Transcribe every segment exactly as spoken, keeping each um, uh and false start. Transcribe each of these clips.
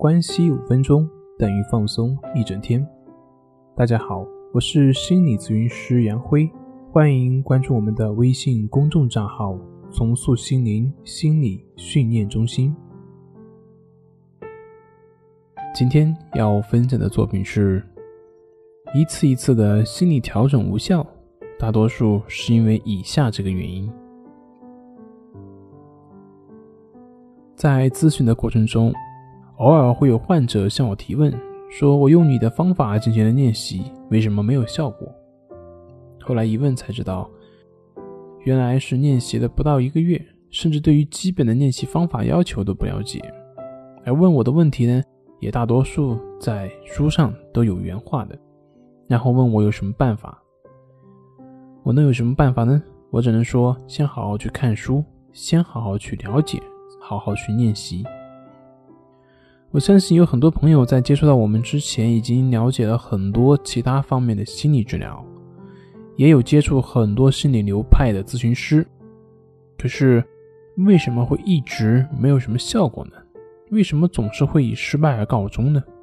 关系五分钟等于放松一整天。大家好，我是心理咨询师杨辉，欢迎关注我们的微信公众账号重塑心灵心理训练中心。今天要分享的作品是一次一次的心理调整无效，大多数是因为以下这个原因。在咨询的过程中，偶尔会有患者向我提问，说我用你的方法进行了练习，为什么没有效果？后来一问才知道，原来是练习了不到一个月，甚至对于基本的练习方法要求都不了解。而问我的问题呢，也大多数在书上都有原话的，然后问我有什么办法。我能有什么办法呢？我只能说，先好好去看书，先好好去了解，好好去练习。我相信有很多朋友在接触到我们之前，已经了解了很多其他方面的心理治疗，也有接触很多心理流派的咨询师。可是为什么会一直没有什么效果呢？为什么总是会以失败而告终呢？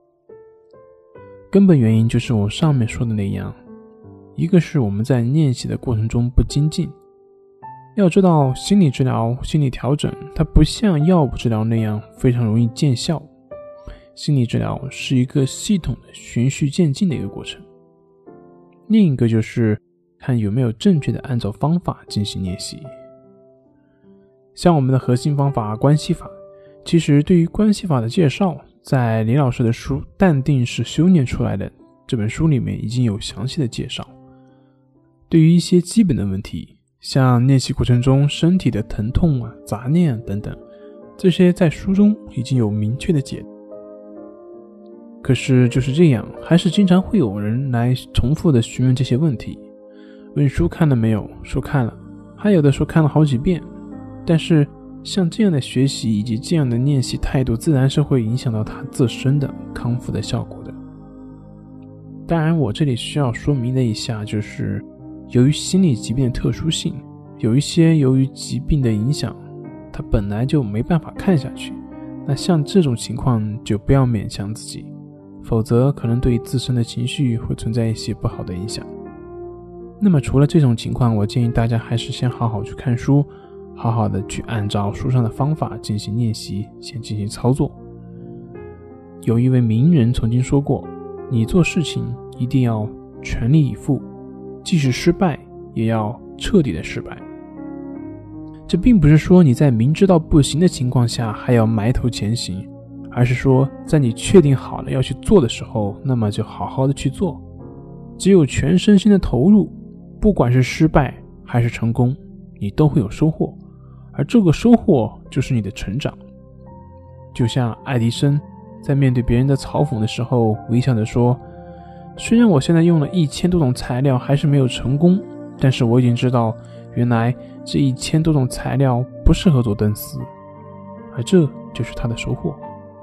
根本原因就是我上面说的那样，一个是我们在练习的过程中不精进。要知道，心理治疗、心理调整，它不像药物治疗那样非常容易见效。心理治疗是一个系统的循序渐进的一个过程。另一个就是看有没有正确的按照方法进行练习。像我们的核心方法关系法，其实对于关系法的介绍，在李老师的书《淡定是修炼出来的》这本书里面已经有详细的介绍。对于一些基本的问题，像练习过程中身体的疼痛啊、杂念啊等等，这些在书中已经有明确的解。可是就是这样，还是经常会有人来重复的询问这些问题。问书看了没有？书看了，还有的说看了好几遍。但是像这样的学习以及这样的练习态度，自然是会影响到他自身的康复的效果的。当然我这里需要说明的一下，就是由于心理疾病的特殊性，有一些由于疾病的影响，它本来就没办法看下去。那像这种情况就不要勉强自己，否则可能对自身的情绪会存在一些不好的影响。那么除了这种情况，我建议大家还是先好好去看书，好好的去按照书上的方法进行练习，先进行操作。有一位名人曾经说过，你做事情一定要全力以赴，即使失败也要彻底的失败。这并不是说你在明知道不行的情况下还要埋头前行，而是说在你确定好了要去做的时候，那么就好好的去做。只有全身心的投入，不管是失败还是成功，你都会有收获，而这个收获就是你的成长。就像爱迪生在面对别人的嘲讽的时候，微笑着说，虽然我现在用了一千多种材料还是没有成功，但是我已经知道原来这一千多种材料不适合做灯丝，而这就是他的收获。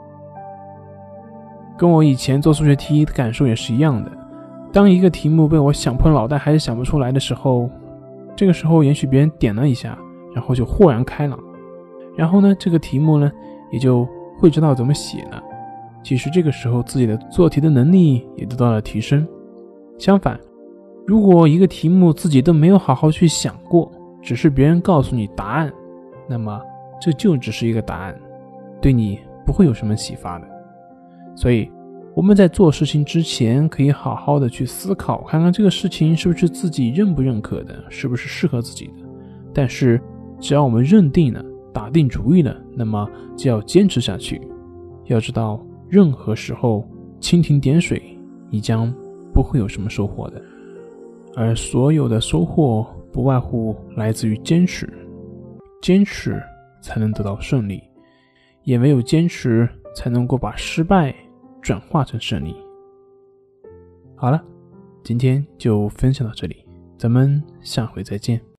跟我以前做数学题的感受也是一样的，当一个题目被我想破脑袋还是想不出来的时候，这个时候也许别人点了一下，然后就豁然开朗，然后呢这个题目呢也就会知道怎么写了。其实这个时候自己的做题的能力也得到了提升。相反，如果一个题目自己都没有好好去想过，只是别人告诉你答案，那么这就只是一个答案，对你不会有什么启发的。所以我们在做事情之前，可以好好的去思考，看看这个事情是不是自己认不认可的，是不是适合自己的。但是只要我们认定了，打定主意了，那么就要坚持下去。要知道，任何时候蜻蜓点水，你将不会有什么收获的。而所有的收获不外乎来自于坚持，坚持才能得到胜利，也唯有坚持才能够把失败转化成胜利。好了，今天就分享到这里，咱们下回再见。